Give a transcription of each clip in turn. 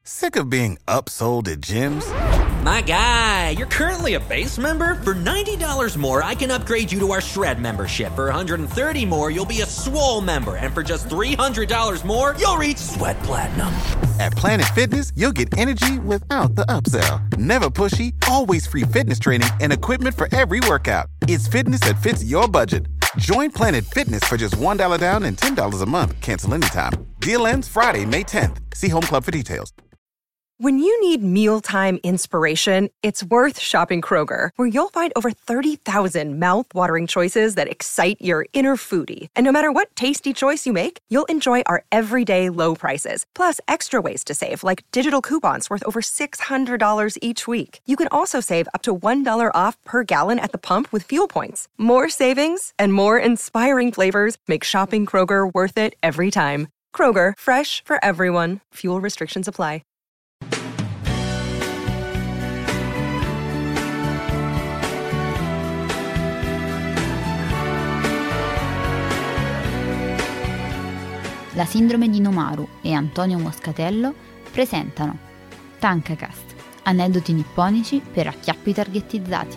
Sick of being upsold at gyms? My guy, you're currently a base member? For $90 more, I can upgrade you to our Shred membership. For $130 more, you'll be a Swole member. And for just $300 more, you'll reach Sweat Platinum. At Planet Fitness, you'll get energy without the upsell. Never pushy, always free fitness training and equipment for every workout. It's fitness that fits your budget. Join Planet Fitness for just $1 down and $10 a month. Cancel anytime. Deal ends Friday, May 10th. See Home Club for details. When you need mealtime inspiration, it's worth shopping Kroger, where you'll find over 30,000 mouth-watering choices that excite your inner foodie. And no matter what tasty choice you make, you'll enjoy our everyday low prices, plus extra ways to save, like digital coupons worth over $600 each week. You can also save up to $1 off per gallon at the pump with fuel points. More savings and more inspiring flavors make shopping Kroger worth it every time. Kroger, fresh for everyone. Fuel restrictions apply. La sindrome di Nomaru e Antonio Moscatello presentano Tankacast, aneddoti nipponici per acchiappi targetizzati.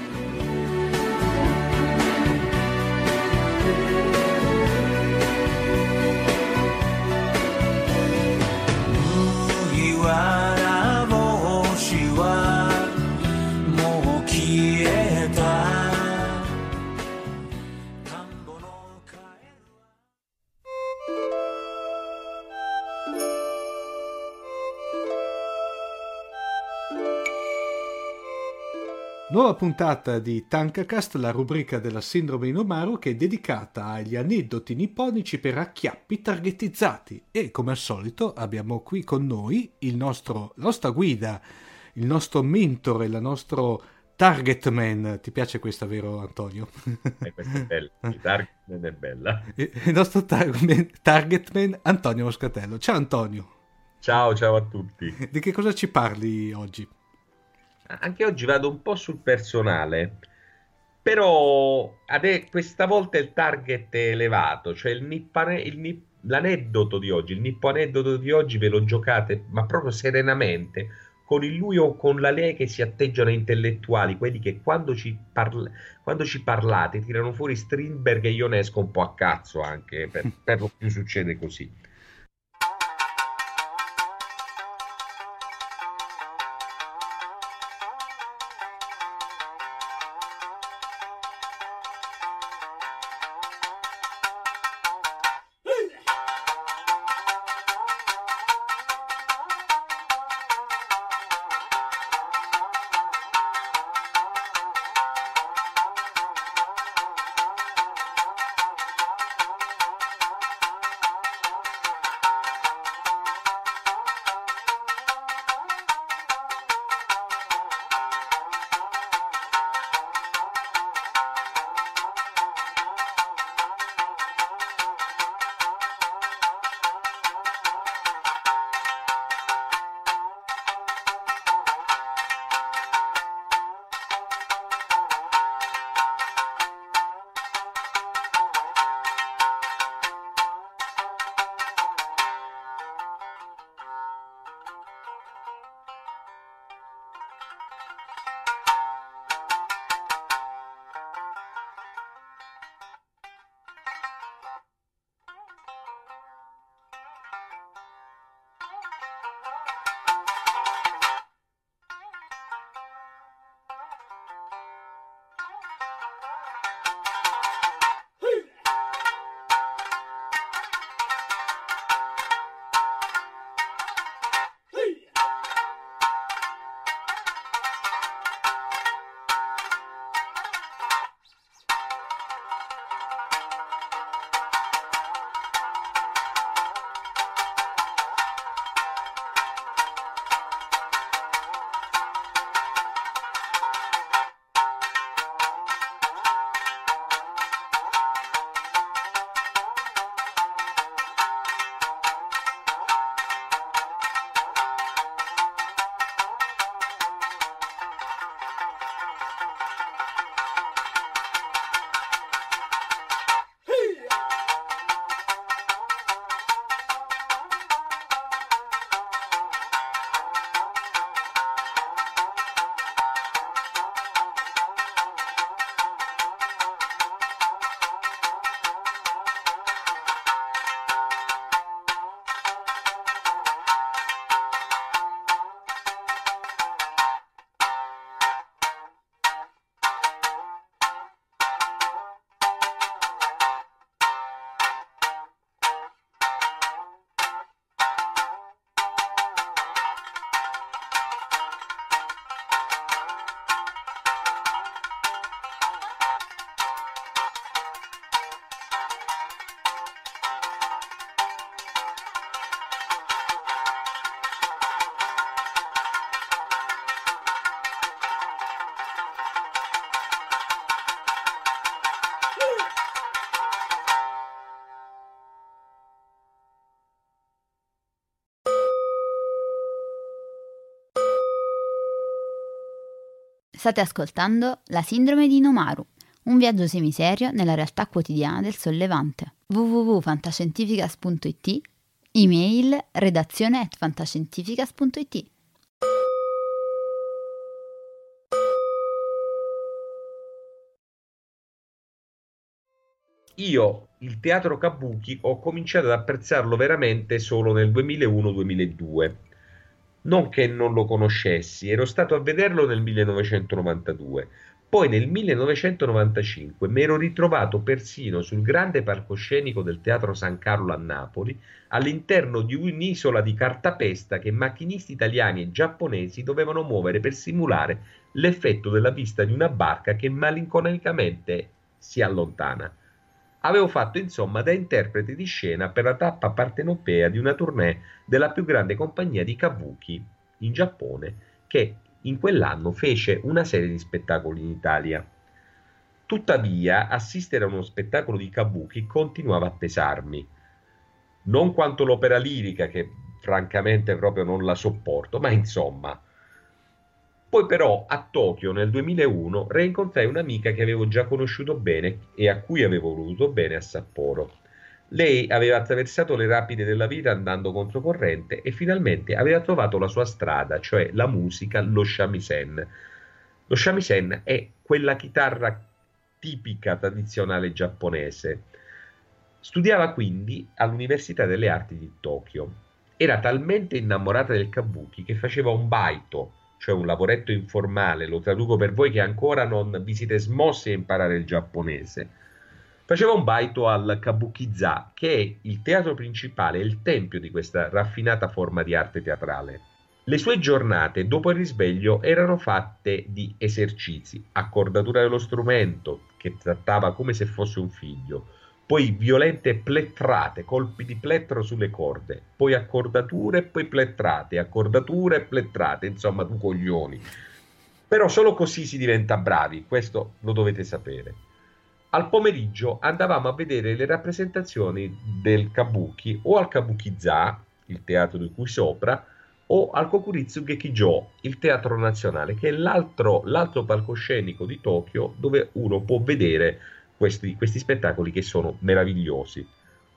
Nuova puntata di Tankacast, la rubrica della sindrome di Nomaru, che è dedicata agli aneddoti nipponici per acchiappi targetizzati. E come al solito abbiamo qui con noi la nostra guida, il nostro mentore, il nostro target man. Ti piace questa, vero Antonio? Questa è bella, il target man è bella. Il nostro target man Antonio Moscatello. Ciao Antonio. Ciao a tutti. Di che cosa ci parli oggi? Anche oggi vado un po' sul personale, però questa volta il target è elevato, cioè l'aneddoto di oggi, il nippo-aneddoto di oggi ve lo giocate, ma proprio serenamente, con il lui o con la lei che si atteggiano intellettuali, quelli che quando ci parlate tirano fuori Strindberg e io ne esco un po' a cazzo anche, per lo più succede così. State ascoltando La Sindrome di Inomaru, un viaggio semiserio nella realtà quotidiana del Sollevante. www.fantascientificas.it, email redazione@fantascientificas.it. Io il teatro kabuki ho cominciato ad apprezzarlo veramente solo nel 2001-2002. Non che non lo conoscessi, ero stato a vederlo nel 1992. Poi nel 1995 mi ero ritrovato persino sul grande palcoscenico del Teatro San Carlo a Napoli, all'interno di un'isola di cartapesta che macchinisti italiani e giapponesi dovevano muovere per simulare l'effetto della vista di una barca che malinconicamente si allontana. Avevo fatto insomma da interprete di scena per la tappa partenopea di una tournée della più grande compagnia di kabuki in Giappone, che in quell'anno fece una serie di spettacoli in Italia. Tuttavia, assistere a uno spettacolo di kabuki continuava a pesarmi. Non quanto l'opera lirica, che francamente proprio non la sopporto, ma insomma. Poi però a Tokyo nel 2001 rincontrai un'amica che avevo già conosciuto bene e a cui avevo voluto bene a Sapporo. Lei aveva attraversato le rapide della vita andando controcorrente e finalmente aveva trovato la sua strada, cioè la musica, lo shamisen. Lo shamisen è quella chitarra tipica tradizionale giapponese. Studiava quindi all'Università delle Arti di Tokyo. Era talmente innamorata del kabuki che faceva un baito, cioè un lavoretto informale, lo traduco per voi che ancora non vi siete smossi a imparare il giapponese. Faceva un baito al Kabukiza, che è il teatro principale e il tempio di questa raffinata forma di arte teatrale. Le sue giornate dopo il risveglio erano fatte di esercizi, accordatura dello strumento, che trattava come se fosse un figlio, poi violente plettrate, colpi di plettro sulle corde, poi accordature, poi plettrate, accordature e plettrate, insomma tu coglioni. Però solo così si diventa bravi, questo lo dovete sapere. Al pomeriggio andavamo a vedere le rappresentazioni del kabuki o al Kabukiza, il teatro di cui sopra, o al Kokuritsu Gekijo, il teatro nazionale, che è l'altro palcoscenico di Tokyo dove uno può vedere questi spettacoli che sono meravigliosi.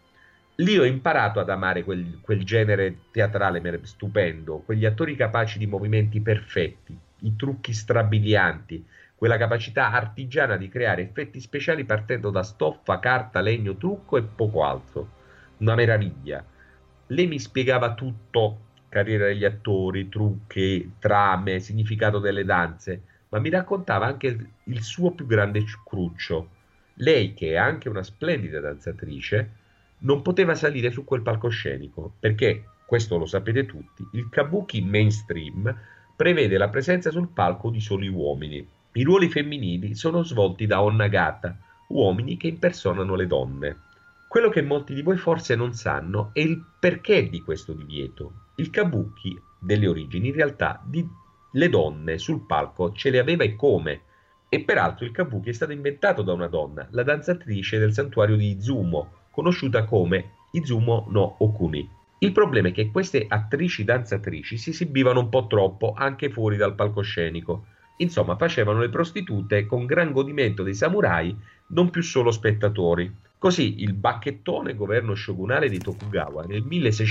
Lì ho imparato ad amare quel genere teatrale stupendo, quegli attori capaci di movimenti perfetti, i trucchi strabilianti, quella capacità artigiana di creare effetti speciali partendo da stoffa, carta, legno, trucco e poco altro. Una meraviglia. Lei mi spiegava tutto, carriera degli attori, trucchi, trame, significato delle danze, ma mi raccontava anche il suo più grande cruccio. Lei, che è anche una splendida danzatrice, non poteva salire su quel palcoscenico, perché, questo lo sapete tutti, il kabuki mainstream prevede la presenza sul palco di soli uomini. I ruoli femminili sono svolti da onnagata, uomini che impersonano le donne. Quello che molti di voi forse non sanno è il perché di questo divieto. Il kabuki, delle origini, in realtà, le donne sul palco ce le aveva e come. E peraltro il kabuki è stato inventato da una donna, la danzatrice del santuario di Izumo, conosciuta come Izumo no Okuni. Il problema è che queste attrici danzatrici si esibivano un po' troppo anche fuori dal palcoscenico. Insomma, facevano le prostitute con gran godimento dei samurai, non più solo spettatori. Così il bacchettone governo shogunale di Tokugawa nel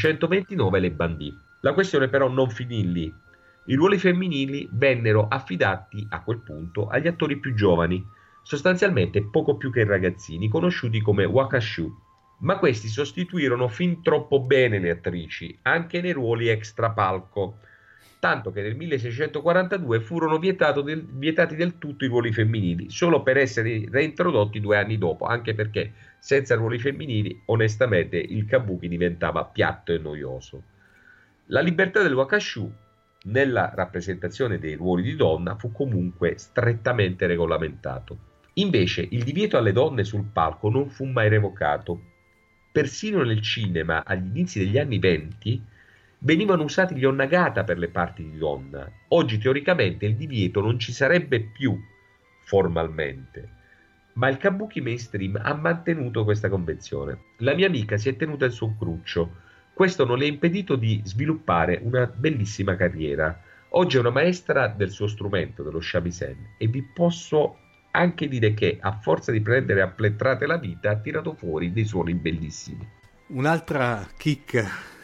1629 le bandì. La questione però non finì lì. I ruoli femminili vennero affidati a quel punto agli attori più giovani, sostanzialmente poco più che ragazzini, conosciuti come wakashu. Ma questi sostituirono fin troppo bene le attrici, anche nei ruoli extrapalco, tanto che nel 1642 furono vietati del tutto i ruoli femminili, solo per essere reintrodotti 2 anni dopo, anche perché senza ruoli femminili, onestamente, il kabuki diventava piatto e noioso. La libertà del wakashu nella rappresentazione dei ruoli di donna fu comunque strettamente regolamentato. Invece il divieto alle donne sul palco non fu mai revocato. Persino nel cinema, agli inizi degli anni 20, venivano usati gli onnagata per le parti di donna. Oggi teoricamente il divieto non ci sarebbe più formalmente, ma il kabuki mainstream ha mantenuto questa convenzione. La mia amica si è tenuta il suo cruccio. Questo non le ha impedito di sviluppare una bellissima carriera. Oggi è una maestra del suo strumento, dello shamisen, e vi posso anche dire che a forza di prendere a plettrate la vita ha tirato fuori dei suoni bellissimi. Un'altra chicca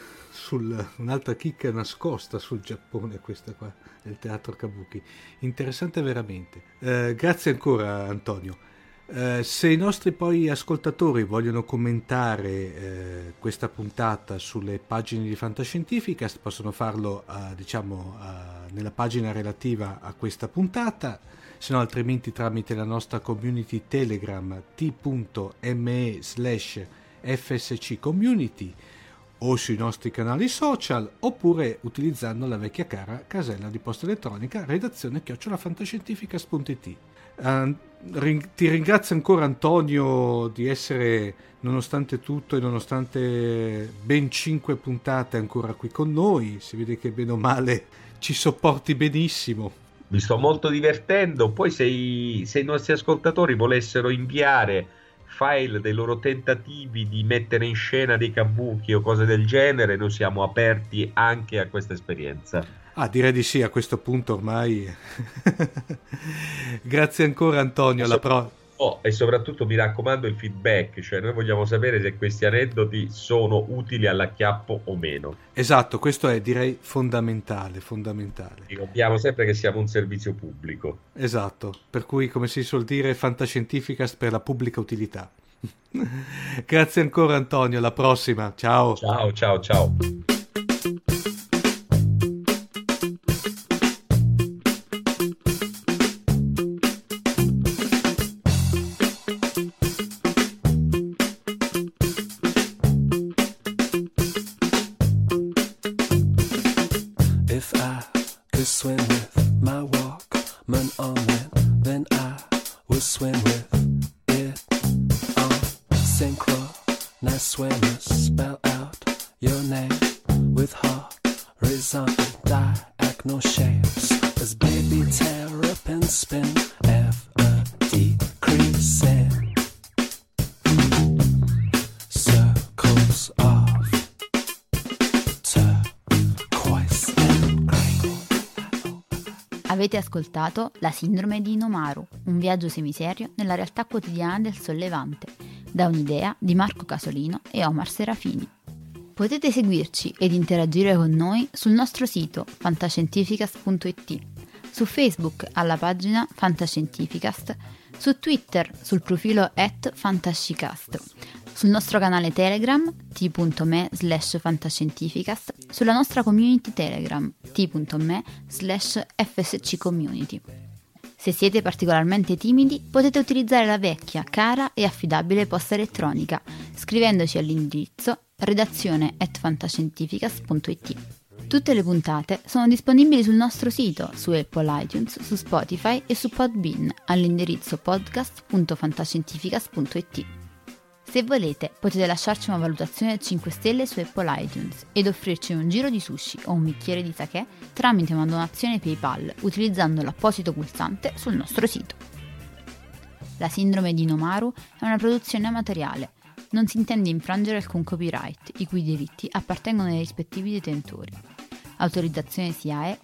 nascosta sul Giappone, questa qua del teatro kabuki, interessante veramente. Grazie ancora Antonio. Se i nostri poi ascoltatori vogliono commentare questa puntata sulle pagine di Fantascientificast, possono farlo nella pagina relativa a questa puntata, se no altrimenti tramite la nostra community Telegram t.me/FSC Community, o sui nostri canali social, oppure utilizzando la vecchia cara casella di posta elettronica redazione@fantascientificast.it. Ti ringrazio ancora Antonio di essere, nonostante tutto e nonostante ben 5 puntate, ancora qui con noi. Si vede che bene o male ci sopporti benissimo. Mi sto molto divertendo. Poi se i nostri ascoltatori volessero inviare file dei loro tentativi di mettere in scena dei kabuki o cose del genere, noi siamo aperti anche a questa esperienza. Direi di sì, a questo punto ormai. Grazie ancora Antonio, e soprattutto mi raccomando il feedback, cioè noi vogliamo sapere se questi aneddoti sono utili all'acchiappo o meno. Esatto, questo è direi fondamentale. Ricordiamo sempre che siamo un servizio pubblico. Esatto, per cui, come si suol dire, Fantascientificast per la pubblica utilità. Grazie ancora Antonio, alla prossima, ciao. Ciao. Swim with my Walkman on it, then I will swim with it on synchro. Nice swimmers, spell out your name with horizontal diagonal shapes as baby terrapins spin decreasing circles of turquoise and green. Avete ascoltato La Sindrome di Inomaru, un viaggio semiserio nella realtà quotidiana del Sollevante, da un'idea di Marco Casolino e Omar Serafini. Potete seguirci ed interagire con noi sul nostro sito fantascientificast.it, su Facebook alla pagina Fantascientificast, su Twitter sul profilo @fantascicast, sul nostro canale Telegram t.me/fantascientificast, sulla nostra community Telegram t.me/fsc community. Se siete particolarmente timidi, potete utilizzare la vecchia, cara e affidabile posta elettronica, scrivendoci all'indirizzo redazione@fantascientificast.it. Tutte le puntate sono disponibili sul nostro sito, su Apple iTunes, su Spotify e su Podbean all'indirizzo podcast.fantascientificast.it. Se volete, potete lasciarci una valutazione 5 stelle su Apple iTunes ed offrirci un giro di sushi o un bicchiere di sake tramite una donazione PayPal utilizzando l'apposito pulsante sul nostro sito. La Sindrome di Inomaru è una produzione amatoriale. Non si intende infrangere alcun copyright, i cui diritti appartengono ai rispettivi detentori. Autorizzazione SIAE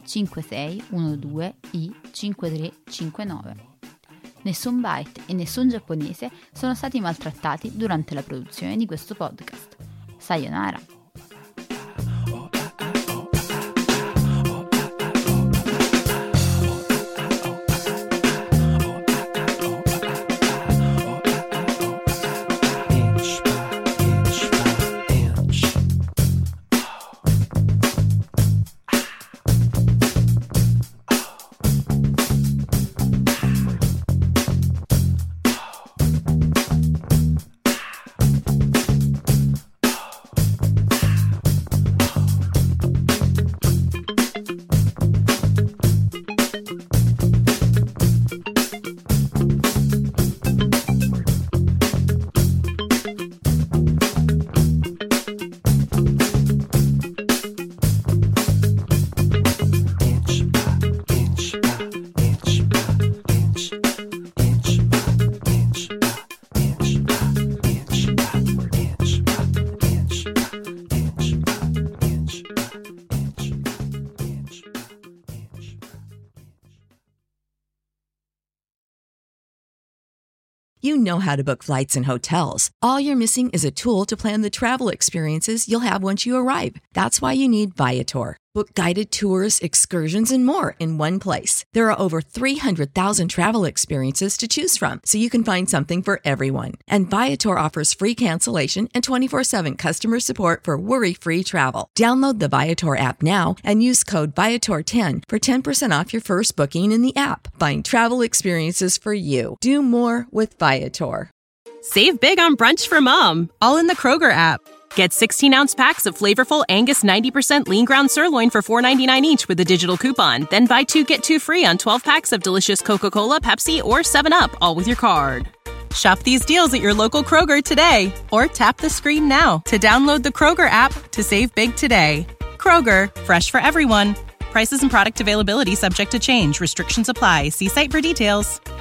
5612I5359. Nessun byte e nessun giapponese sono stati maltrattati durante la produzione di questo podcast. Sayonara! inch. You know how to book flights and hotels. All you're missing is a tool to plan the travel experiences you'll have once you arrive. That's why you need Viator. Book guided tours, excursions, and more in one place. There are over 300,000 travel experiences to choose from, so you can find something for everyone. And Viator offers free cancellation and 24/7 customer support for worry-free travel. Download the Viator app now and use code Viator10 for 10% off your first booking in the app. Find travel experiences for you. Do more with Viator. Save big on brunch for mom, all in the Kroger app. Get 16-ounce packs of flavorful Angus 90% lean ground sirloin for $4.99 each with a digital coupon. Then buy 2, get 2 free on 12 packs of delicious Coca-Cola, Pepsi, or 7-Up, all with your card. Shop these deals at your local Kroger today, or tap the screen now to download the Kroger app to save big today. Kroger, fresh for everyone. Prices and product availability subject to change. Restrictions apply. See site for details.